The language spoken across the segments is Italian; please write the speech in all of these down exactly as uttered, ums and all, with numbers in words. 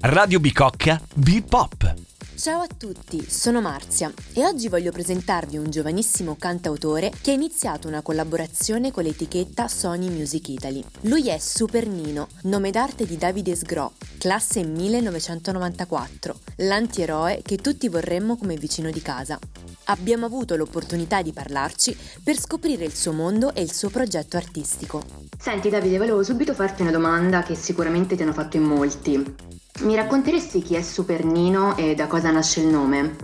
Radio Bicocca Bebop. Ciao a tutti, sono Marzia e oggi voglio presentarvi un giovanissimo cantautore che ha iniziato una collaborazione con l'etichetta Sony Music Italy. Lui è Super Nino, nome d'arte di Davide Sgrò, classe millenovecentonovantaquattro, l'antieroe che tutti vorremmo come vicino di casa. Abbiamo avuto l'opportunità di parlarci per scoprire il suo mondo e il suo progetto artistico. Senti Davide, volevo subito farti una domanda che sicuramente ti hanno fatto in molti. Mi racconteresti chi è Super Nino e da cosa nasce il nome?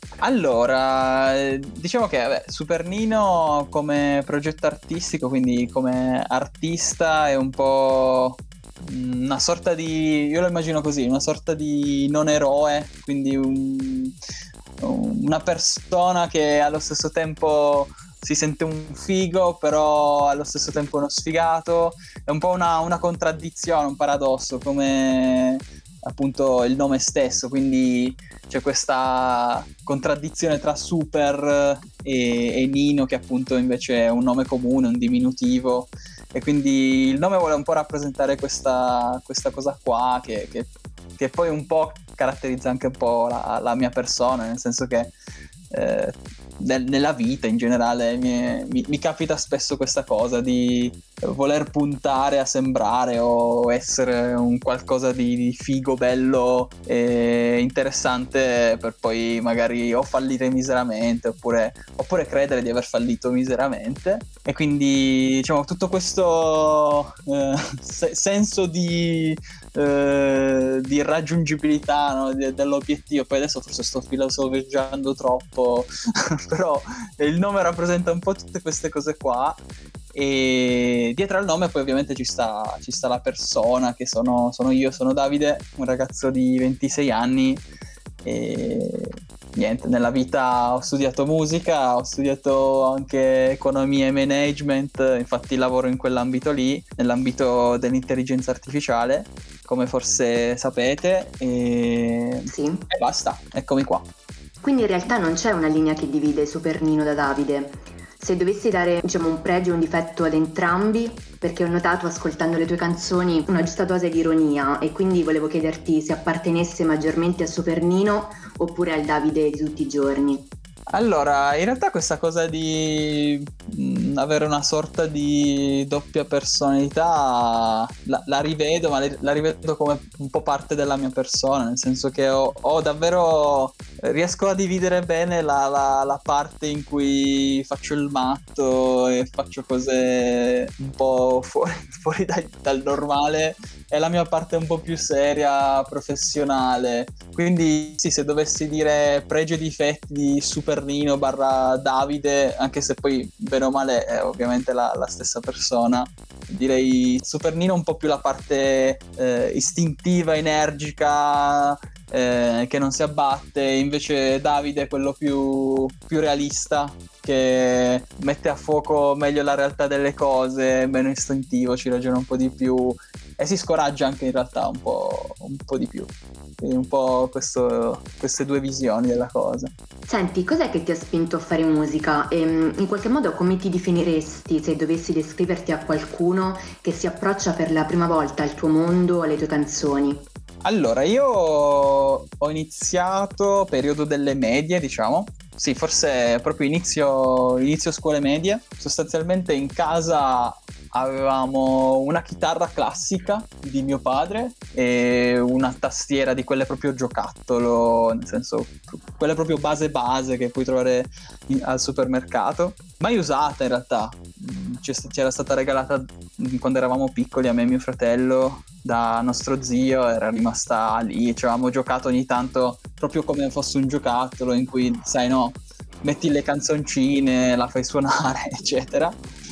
Allora, diciamo che vabbè, Super Nino come progetto artistico, quindi come artista, è un po' una sorta di, io lo immagino così, una sorta di non eroe, quindi un, una persona che allo stesso tempo si sente un figo, però allo stesso tempo uno sfigato. È un po' una, una contraddizione, un paradosso, come appunto il nome stesso, quindi c'è questa contraddizione tra Super e, e Nino, che appunto invece è un nome comune, un diminutivo, e quindi il nome vuole un po' rappresentare questa, questa cosa qua che, che, che poi un po' caratterizza anche un po' la, la mia persona, nel senso che eh, nel, nella vita in generale mi, mi, mi capita spesso questa cosa di voler puntare a sembrare o essere un qualcosa di, di figo, bello e interessante, per poi magari o fallire miseramente oppure, oppure credere di aver fallito miseramente, e quindi diciamo tutto questo eh, se- senso di eh, di raggiungibilità, no? de- dell'obiettivo. Poi adesso forse sto filosofeggiando troppo però il nome rappresenta un po' tutte queste cose qua, e dietro al nome poi ovviamente ci sta, ci sta la persona che sono, sono io, sono Davide, un ragazzo di ventisei anni, e niente, nella vita ho studiato musica, ho studiato anche economia e management, infatti lavoro in quell'ambito lì, nell'ambito dell'intelligenza artificiale, come forse sapete, e, Sì. e basta, eccomi qua. Quindi in realtà non c'è una linea che divide Super Nino da Davide. Se dovessi dare, diciamo, un pregio e un difetto ad entrambi, perché ho notato ascoltando le tue canzoni una giusta dose di ironia, e quindi volevo chiederti se appartenesse maggiormente a Super Nino oppure al Davide di tutti i giorni. Allora, in realtà questa cosa di mh, avere una sorta di doppia personalità la, la rivedo, ma la rivedo come un po' parte della mia persona, nel senso che ho, ho davvero riesco a dividere bene la, la, la parte in cui faccio il matto e faccio cose un po' fuori, fuori dal, dal normale, e la mia parte un po' più seria, professionale. Quindi sì, se dovessi dire pregi e difetti di Super Nino barra Davide, anche se poi bene o male è ovviamente la, la stessa persona, direi Super Nino un po' più la parte eh, istintiva, energica, eh, che non si abbatte, invece Davide è quello più, più realista, che mette a fuoco meglio la realtà delle cose, meno istintivo, ci ragiona un po' di più e si scoraggia anche in realtà un po', un po' di più. Quindi un po' questo, queste due visioni della cosa. Senti, cos'è che ti ha spinto a fare musica e in qualche modo come ti definiresti se dovessi descriverti a qualcuno che si approccia per la prima volta al tuo mondo, alle tue canzoni? Allora, io ho iniziato periodo delle medie, diciamo. Sì, forse proprio inizio, inizio scuole medie. Sostanzialmente in casa avevamo una chitarra classica di mio padre e una tastiera di quelle proprio giocattolo, nel senso quelle proprio base base che puoi trovare in, al supermercato, mai usata in realtà. Ci era stata regalata quando eravamo piccoli a me e mio fratello da nostro zio, era rimasta lì, ci avevamo giocato ogni tanto proprio come fosse un giocattolo in cui, sai, no, metti le canzoncine, la fai suonare eccetera.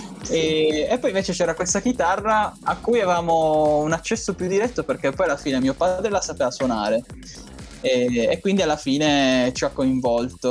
E, e poi invece c'era questa chitarra a cui avevamo un accesso più diretto, perché poi alla fine mio padre la sapeva suonare e, e quindi alla fine ci ha coinvolto,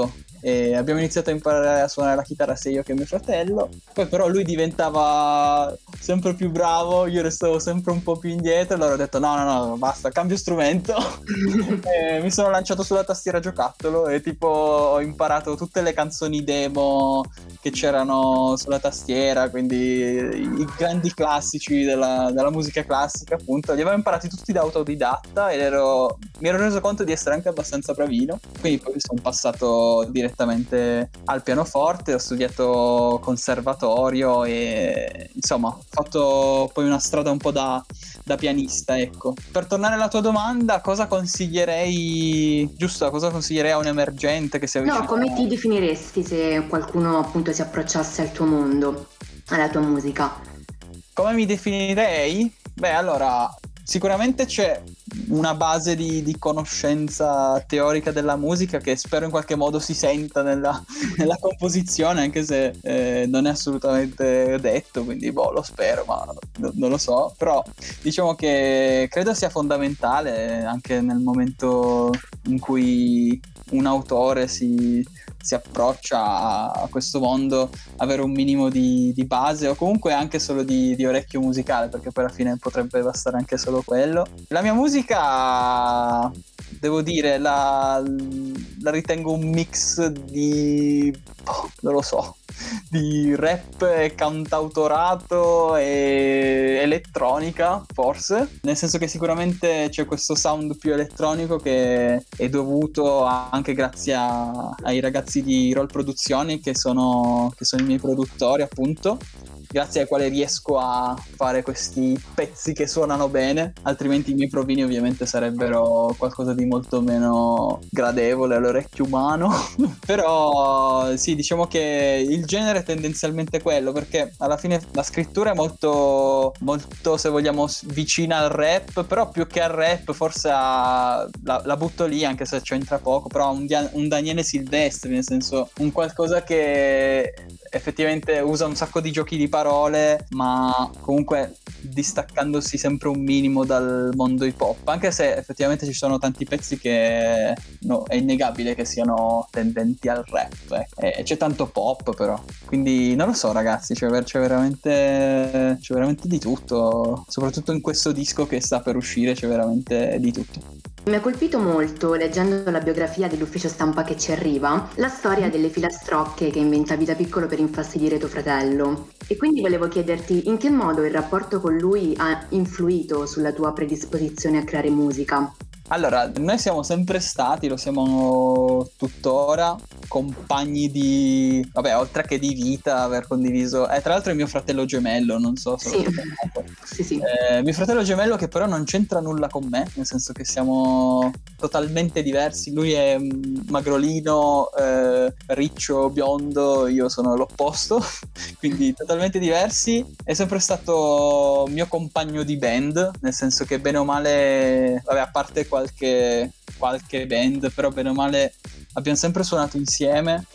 e abbiamo iniziato a imparare a suonare la chitarra sia io che mio fratello. Poi però lui diventava sempre più bravo, io restavo sempre un po' più indietro, allora ho detto no no no basta, cambio strumento. E mi sono lanciato sulla tastiera giocattolo e tipo ho imparato tutte le canzoni demo che c'erano sulla tastiera, quindi i grandi classici della, della musica classica, appunto li avevo imparati tutti da autodidatta ed ero, mi ero reso conto di essere anche abbastanza bravino, quindi poi sono passato direttamente al pianoforte, ho studiato conservatorio e insomma ho fatto poi una strada un po' da, da pianista, ecco. Per tornare alla tua domanda, cosa consiglierei, giusto, cosa consiglierei a un emergente che si avvicina? No, come ti definiresti se qualcuno appunto si approcciasse al tuo mondo, alla tua musica? Come mi definirei? Beh, allora, sicuramente c'è una base di, di conoscenza teorica della musica che spero in qualche modo si senta nella, nella composizione, anche se eh, non è assolutamente detto, quindi boh, lo spero, ma no, non lo so. Però diciamo che credo sia fondamentale anche nel momento in cui un autore si, si approccia a, a questo mondo, avere un minimo di, di base o comunque anche solo di, di orecchio musicale, perché poi alla fine potrebbe bastare anche solo quello. La mia musica, devo dire, la, la ritengo un mix di, oh, non lo so, di rap e cantautorato e elettronica, forse, nel senso che sicuramente c'è questo sound più elettronico che è dovuto anche grazie a, ai ragazzi di Roll Produzioni che sono, che sono i miei produttori, appunto, grazie ai quali riesco a fare questi pezzi che suonano bene, altrimenti i miei provini ovviamente sarebbero qualcosa di molto meno gradevole all'orecchio umano. Però sì, diciamo che il genere è tendenzialmente quello, perché alla fine la scrittura è molto, molto, se vogliamo, vicina al rap, però più che al rap forse a, la, la butto lì, anche se c'entra poco, però un, un Daniele Silvestri, nel senso un qualcosa che effettivamente usa un sacco di giochi di parole, ma comunque distaccandosi sempre un minimo dal mondo hip hop, anche se effettivamente ci sono tanti pezzi che no, è innegabile che siano tendenti al rap, eh. E c'è tanto pop però, quindi non lo so ragazzi, c'è, c'è veramente c'è veramente di tutto, soprattutto in questo disco che sta per uscire c'è veramente di tutto. Mi ha colpito molto, leggendo la biografia dell'ufficio stampa che ci arriva, la storia delle filastrocche che inventavi da piccolo per infastidire tuo fratello. E quindi volevo chiederti in che modo il rapporto con lui ha influito sulla tua predisposizione a creare musica. Allora, noi siamo sempre stati, lo siamo tuttora, compagni di, vabbè, oltre che di vita, aver condiviso, eh, tra l'altro è mio fratello gemello, non so se sì. lo sì, sì. Eh, mio fratello gemello che però non c'entra nulla con me, nel senso che siamo totalmente diversi, lui è magrolino, eh, riccio, biondo, io sono l'opposto, quindi totalmente diversi. È sempre stato mio compagno di band, nel senso che bene o male, vabbè, a parte qualche, qualche band, però bene o male abbiamo sempre suonato insieme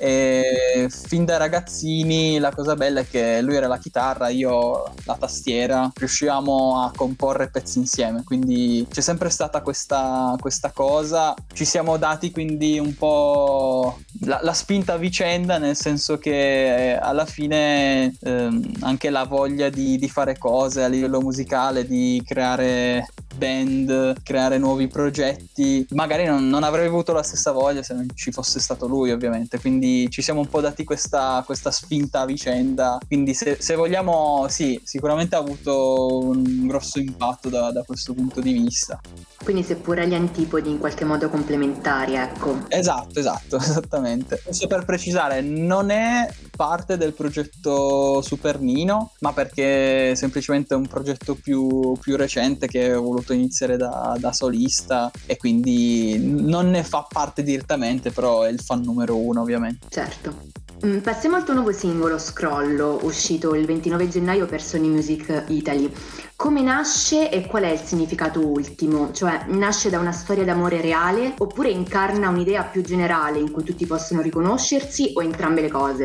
e fin da ragazzini la cosa bella è che lui era la chitarra, io la tastiera, riuscivamo a comporre pezzi insieme, quindi c'è sempre stata questa, questa cosa, ci siamo dati quindi un po' la, la spinta a vicenda, nel senso che alla fine ehm, anche la voglia di, di fare cose a livello musicale, di creare band, creare nuovi progetti, magari non, non avrei avuto la stessa voglia se non ci fosse stato lui, ovviamente, quindi ci siamo un po' dati questa, questa spinta a vicenda, quindi se, se vogliamo sì, sicuramente ha avuto un grosso impatto da, da questo punto di vista. Quindi seppur agli antipodi in qualche modo complementari, ecco. Esatto, esatto, esattamente. Questo per precisare, non è parte del progetto Super Nino, ma perché semplicemente è un progetto più, più recente che ho voluto iniziare da, da solista e quindi non ne fa parte direttamente, però è il fan numero uno ovviamente. Certo. Mm, passiamo al tuo nuovo singolo Scrollo, uscito il ventinove gennaio per Sony Music Italy. Come nasce e qual è il significato ultimo? Cioè, nasce da una storia d'amore reale oppure incarna un'idea più generale in cui tutti possono riconoscersi o entrambe le cose?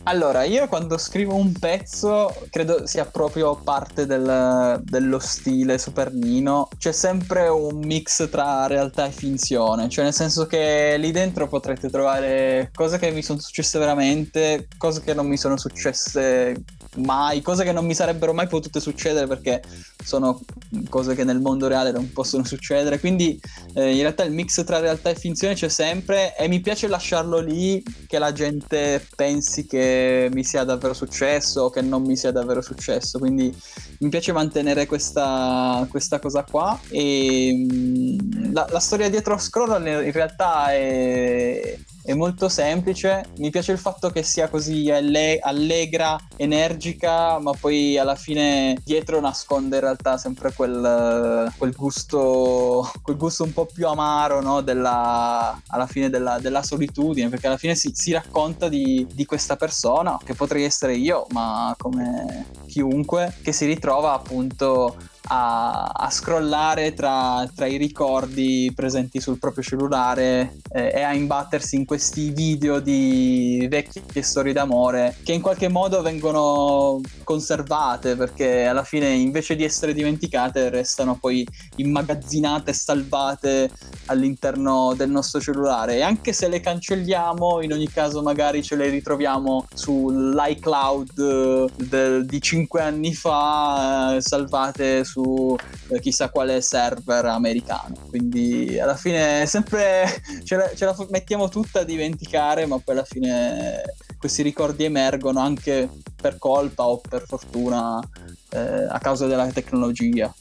Allora, io quando scrivo un pezzo credo sia proprio parte del, dello stile Supernino. C'è sempre un mix tra realtà e finzione, cioè nel senso che lì dentro potrete trovare cose che mi sono successe veramente, cose che non mi sono successe mai, cose che non mi sarebbero mai potute succedere perché sono cose che nel mondo reale non possono succedere. Quindi eh, in realtà il mix tra realtà e finzione c'è sempre e mi piace lasciarlo lì, che la gente pensi che mi sia davvero successo o che non mi sia davvero successo. Quindi mi piace mantenere questa, questa cosa qua. E mh, la, la storia dietro Scroll in realtà è, è molto semplice. Mi piace il fatto che sia così alle- allegra, energica, ma poi alla fine dietro nasconde in realtà sempre quel, quel gusto quel gusto un po' più amaro, no? Della, alla fine della, della solitudine, perché alla fine si, si racconta di, di questa persona, che potrei essere io, ma come chiunque, che si ritrova appunto A, a scrollare tra, tra i ricordi presenti sul proprio cellulare eh, e a imbattersi in questi video di vecchie storie d'amore che in qualche modo vengono conservate, perché alla fine invece di essere dimenticate restano poi immagazzinate e salvate all'interno del nostro cellulare, e anche se le cancelliamo in ogni caso magari ce le ritroviamo sull'iCloud del, di cinque anni fa eh, salvate su eh, chissà quale server americano. Quindi alla fine sempre ce la, ce la mettiamo tutta a dimenticare, ma poi alla fine questi ricordi emergono anche per colpa o per fortuna eh, a causa della tecnologia.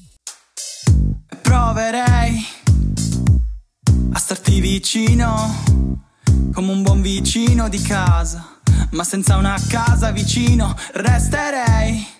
Proverei a starti vicino come un buon vicino di casa, ma senza una casa vicino resterei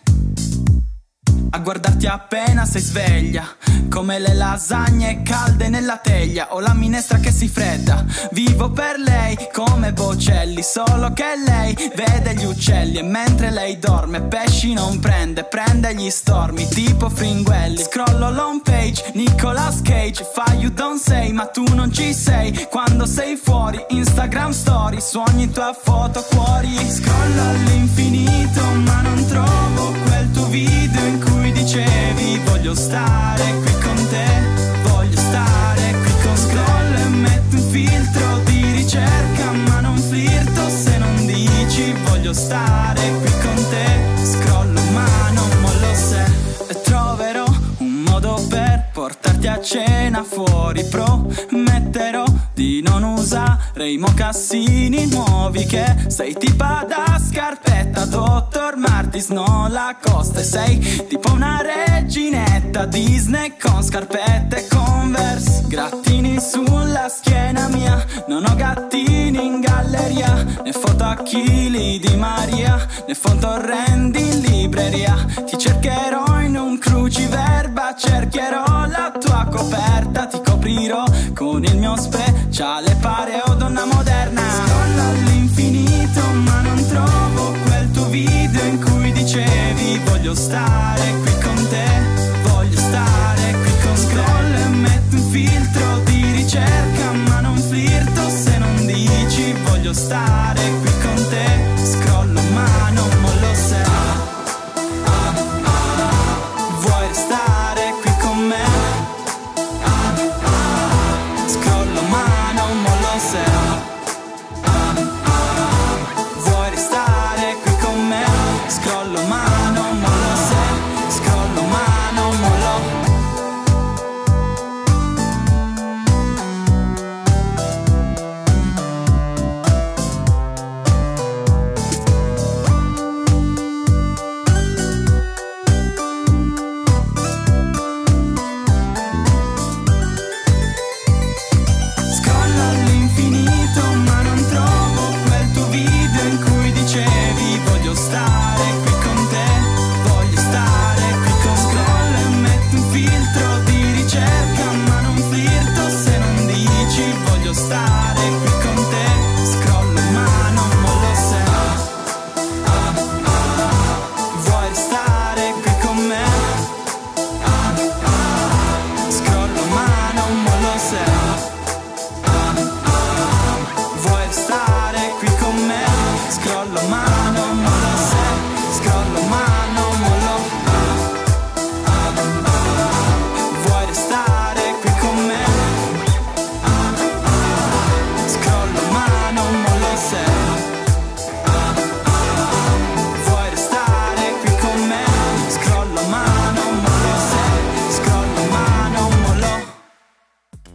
a guardarti appena sei sveglia, come le lasagne calde nella teglia o la minestra che si fredda. Vivo per lei come Bocelli, solo che lei vede gli uccelli e mentre lei dorme pesci non prende, prende gli stormi tipo Fringuelli. Scrollo l'home page, Nicolas Cage fa You Don't Say, ma tu non ci sei quando sei fuori. Instagram story, suoni tua foto cuori. Scrollo all'infinito ma non trovo quel tuo video in cui dicevi voglio stare qui con te, voglio stare qui con Scroll e metto un filtro di ricerca ma non flirto se non dici voglio stare qui con te. Scrollo ma non mollo se e troverò un modo per portarti a cena fuori. Prometterò di non usare i mocassini nuovi che sei tipa da scarpetta Dottor Martins, no la costa e sei tipo una reginetta Disney con scarpette Converse. Grattini sulla schiena mia, non ho gattini in galleria, né foto a chili di Maria, né foto orrendi in libreria. Ti cercherò in un cruciverba, cercherò la tua coperta, ti coprirò con il mio speciale pareo donna moderna. Scrollo all'infinito ma non trovo quel tuo video in cui dicevi voglio stare qui con te, voglio stare qui con Scroll e metto un filtro di ricerca ma non flirto se non dici voglio stare qui con te. Scrollo ma non mollo se ah, ah, ah. Vuoi restare qui con me? Ah, ah. Scrollo ma non mollo se ah, ah. Vuoi restare qui con me? Scrollo ma non mollo se scrollo ma non mollo.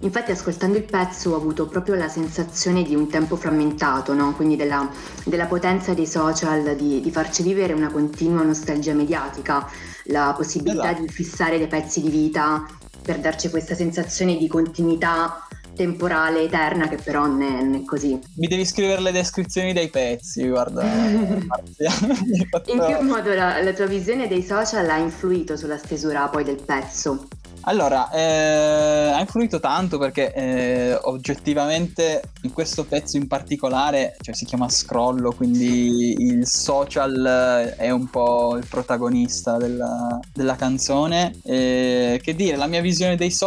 Infatti ascoltando il pezzo ho avuto proprio la sensazione di un tempo frammentato, no? Quindi della, della potenza dei social di, di farci vivere una continua nostalgia mediatica, la possibilità Esatto. di fissare dei pezzi di vita per darci questa sensazione di continuità temporale eterna, che però non è, non è così. Mi devi scrivere le descrizioni dei pezzi, guarda. Marzia. Mi hai fatto- In che modo la, la tua visione dei social ha influito sulla stesura poi del pezzo? Allora, eh, ha influito tanto perché eh, oggettivamente in questo pezzo in particolare, cioè si chiama Scrollo, quindi il social è un po' il protagonista della, della canzone. Eh, che dire, la mia visione dei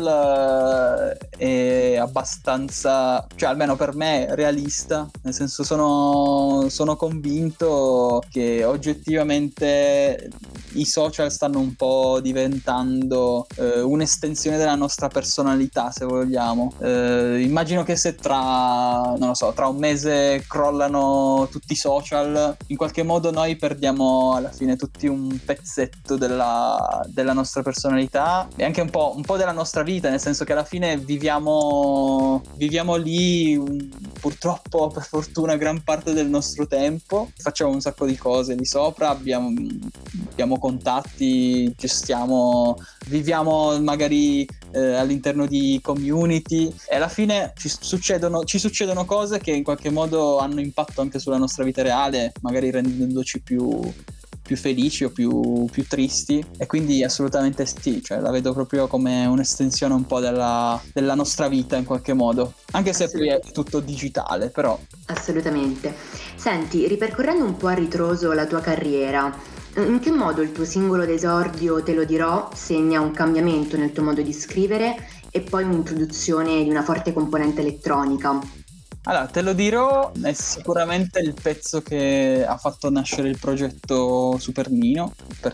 social eh, è abbastanza, cioè almeno per me, realista, nel senso sono, sono convinto che oggettivamente i social stanno un po' diventando eh, un'estensione della nostra personalità, se vogliamo. Eh, immagino che se tra, non lo so, tra un mese crollano tutti i social, in qualche modo noi perdiamo alla fine tutti un pezzetto della, della nostra personalità e anche un po', un po' della nostra vita, nel senso che alla fine viviamo, viviamo lì un, purtroppo, per fortuna, gran parte del nostro tempo. Facciamo un sacco di cose lì sopra, abbiamo, abbiamo contatti, gestiamo, viviamo magari eh, all'interno di community e alla fine ci succedono, ci succedono cose che in qualche modo hanno impatto anche sulla nostra vita reale, magari rendendoci più, più felici o più, più tristi, e quindi assolutamente sì, cioè la vedo proprio come un'estensione un po' della, della nostra vita in qualche modo, anche se poi è tutto digitale, però. Assolutamente. Senti, ripercorrendo un po' a ritroso la tua carriera, in che modo il tuo singolo d'esordio Te lo dirò segna un cambiamento nel tuo modo di scrivere e poi un'introduzione di una forte componente elettronica? Allora, Te lo dirò, è sicuramente il pezzo che ha fatto nascere il progetto Super Nino,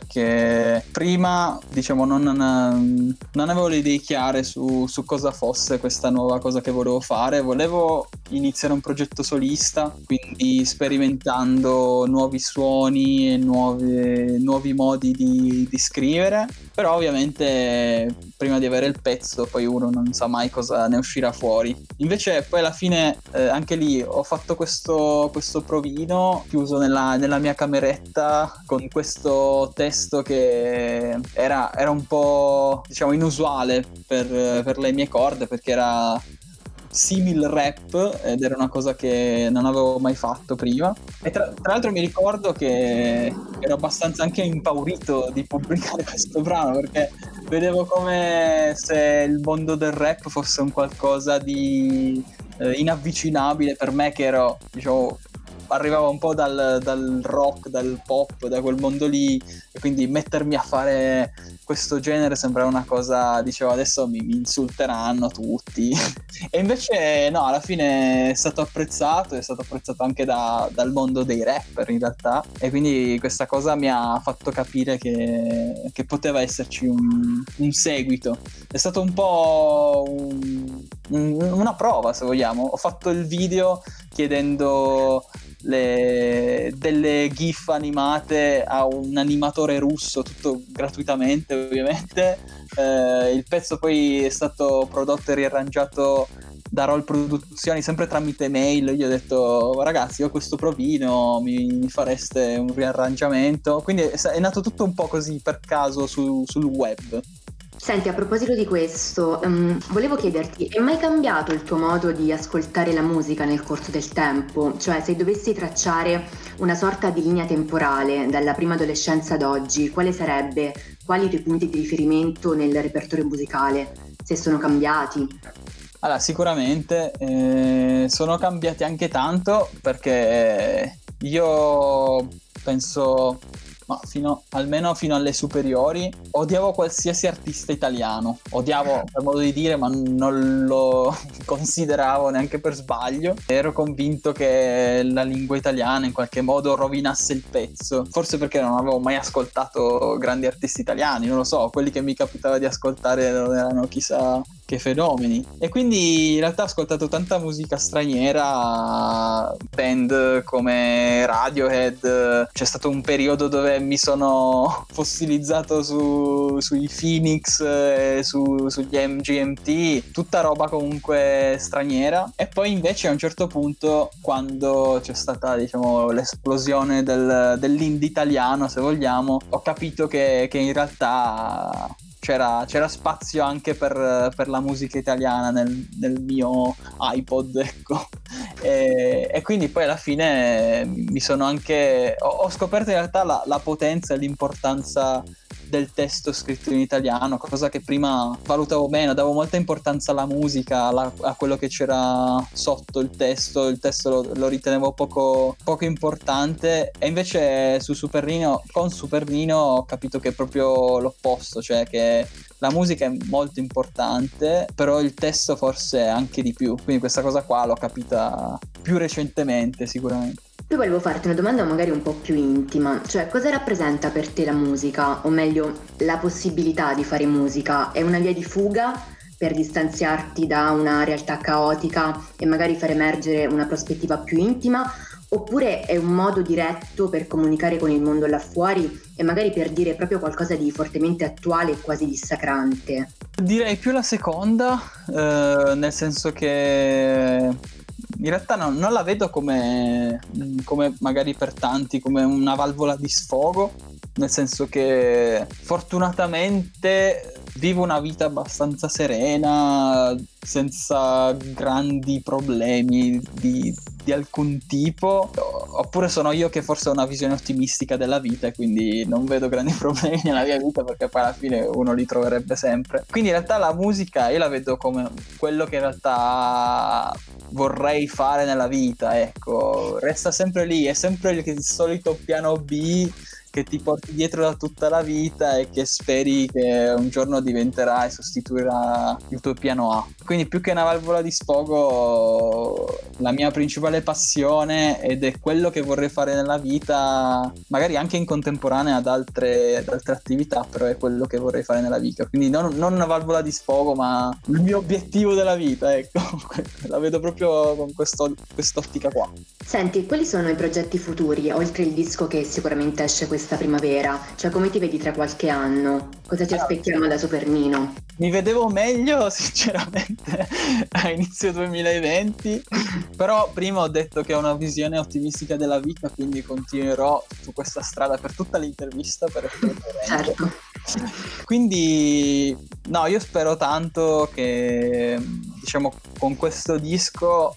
perché prima, diciamo, non, non avevo le idee chiare su, su cosa fosse questa nuova cosa che volevo fare. Volevo iniziare un progetto solista, quindi sperimentando nuovi suoni e nuovi, nuovi modi di, di scrivere, però ovviamente prima di avere il pezzo poi uno non sa mai cosa ne uscirà fuori. Invece poi alla fine eh, anche lì ho fatto questo, questo provino chiuso nella, nella mia cameretta con questo testo che era, era un po', diciamo, inusuale per, per le mie corde, perché era simil rap ed era una cosa che non avevo mai fatto prima. E tra, tra l'altro mi ricordo che ero abbastanza anche impaurito di pubblicare questo brano, perché vedevo come se il mondo del rap fosse un qualcosa di eh, inavvicinabile per me, che ero, diciamo, arrivavo un po' dal, dal rock, dal pop, da quel mondo lì, e quindi mettermi a fare questo genere sembrava una cosa, dicevo, adesso mi, mi insulteranno tutti. E invece no, alla fine è stato apprezzato, è stato apprezzato anche da, dal mondo dei rapper in realtà, e quindi questa cosa mi ha fatto capire che, che poteva esserci un, un seguito. È stato un po' un, un, una prova, se vogliamo. Ho fatto il video chiedendo le, delle gif animate a un animatore russo, tutto gratuitamente ovviamente. Eh, il pezzo poi è stato prodotto e riarrangiato da Roll Produzioni, sempre tramite mail. Gli ho detto: ragazzi, ho questo provino, mi, mi fareste un riarrangiamento? Quindi è, è nato tutto un po' così per caso su, sul web. Senti, a proposito di questo, um, volevo chiederti, è mai cambiato il tuo modo di ascoltare la musica nel corso del tempo? Cioè, se dovessi tracciare una sorta di linea temporale dalla prima adolescenza ad oggi, quale sarebbe? Quali i tuoi punti di riferimento nel repertorio musicale? Se sono cambiati? Allora, sicuramente eh, sono cambiati anche tanto, perché io penso... ma fino, almeno fino alle superiori odiavo qualsiasi artista italiano, odiavo per modo di dire, ma non lo consideravo neanche per sbaglio. Ero convinto che la lingua italiana in qualche modo rovinasse il pezzo, forse perché non avevo mai ascoltato grandi artisti italiani, non lo so, quelli che mi capitava di ascoltare non erano chissà che fenomeni, e quindi in realtà ho ascoltato tanta musica straniera, band come Radiohead. C'è stato un periodo dove dove mi sono fossilizzato su, sui Phoenix, eh, su, sugli M G M T, tutta roba comunque straniera. E poi invece a un certo punto, quando c'è stata, diciamo, l'esplosione del, dell'indie italiano, se vogliamo, ho capito che, che in realtà C'era, c'era spazio anche per, per la musica italiana nel, nel mio iPod, ecco. E, e quindi poi alla fine mi sono anche ho, ho scoperto in realtà la, la potenza e l'importanza del testo scritto in italiano, cosa che prima valutavo meno, davo molta importanza alla musica, alla, a quello che c'era sotto il testo, il testo lo, lo ritenevo poco, poco importante, e invece su Super Nino, con Super Nino ho capito che è proprio l'opposto, cioè che la musica è molto importante, però il testo forse anche di più, quindi questa cosa qua l'ho capita più recentemente sicuramente. Io volevo farti una domanda magari un po' più intima, cioè cosa rappresenta per te la musica, o meglio la possibilità di fare musica? È una via di fuga per distanziarti da una realtà caotica e magari far emergere una prospettiva più intima, oppure è un modo diretto per comunicare con il mondo là fuori e magari per dire proprio qualcosa di fortemente attuale e quasi dissacrante? Direi più la seconda, eh, nel senso che in realtà no, non la vedo come, come magari per tanti, come una valvola di sfogo, nel senso che fortunatamente vivo una vita abbastanza serena, senza grandi problemi di, di alcun tipo, oppure sono io che forse ho una visione ottimistica della vita e quindi non vedo grandi problemi nella mia vita, perché poi alla fine uno li troverebbe sempre. Quindi in realtà la musica io la vedo come quello che in realtà vorrei fare nella vita, ecco, resta sempre lì, è sempre il, il solito piano B che ti porti dietro da tutta la vita e che speri che un giorno diventerà e sostituirà il tuo piano A. Quindi più che una valvola di sfogo, la mia principale passione, ed è quello che vorrei fare nella vita, magari anche in contemporanea ad altre, ad altre attività, però è quello che vorrei fare nella vita. Quindi non, non una valvola di sfogo, ma il mio obiettivo della vita, ecco. La vedo proprio con questo, quest'ottica qua. Senti, quali sono i progetti futuri, oltre il disco che sicuramente esce questa primavera? Cioè, come ti vedi tra qualche anno? Cosa ci aspettiamo da Super Nino? Mi vedevo meglio sinceramente a inizio duemilaventi, però prima ho detto che ho una visione ottimistica della vita, quindi continuerò su questa strada per tutta l'intervista, per essere coerente. Certo. Quindi no, io spero tanto che, diciamo, con questo disco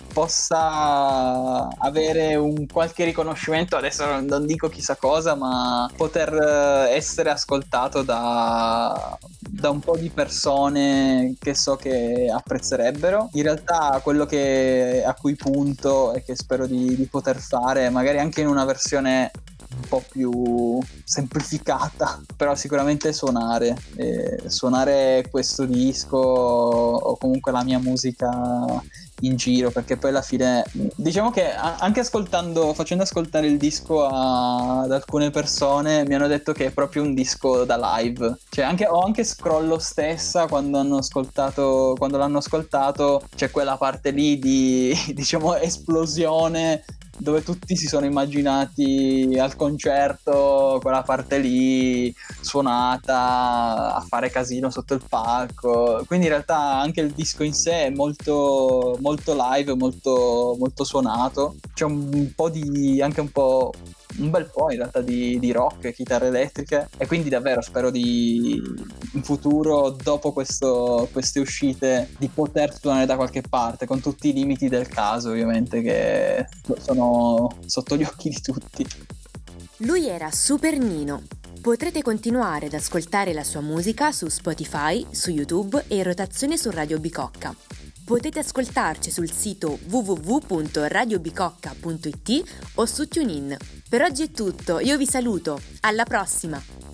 possa avere un qualche riconoscimento, adesso non dico chissà cosa, ma poter essere ascoltato da, da un po' di persone che so che apprezzerebbero. In realtà quello che, a cui punto e che spero di, di poter fare, magari anche in una versione un po' più semplificata, però sicuramente suonare eh, suonare questo disco o comunque la mia musica in giro, perché poi alla fine diciamo che anche ascoltando facendo ascoltare il disco a, ad alcune persone mi hanno detto che è proprio un disco da live, cioè anche o anche Scrollo stessa, quando hanno ascoltato quando l'hanno ascoltato c'è quella parte lì di, diciamo, esplosione, dove tutti si sono immaginati al concerto quella parte lì suonata, a fare casino sotto il palco. Quindi in realtà anche il disco in sé è molto molto live, molto molto suonato. C'è un po' di anche un po' un bel po' in realtà di, di rock, chitarre elettriche, e quindi davvero spero di in futuro, dopo questo, queste uscite, di poter suonare da qualche parte, con tutti i limiti del caso ovviamente che sono sotto gli occhi di tutti. Lui era Super Nino. Potrete continuare ad ascoltare la sua musica su Spotify, su YouTube e in rotazione su Radio Bicocca. Potete ascoltarci sul sito w w w punto radio bicocca punto i t o su TuneIn. Per oggi è tutto, io vi saluto, alla prossima!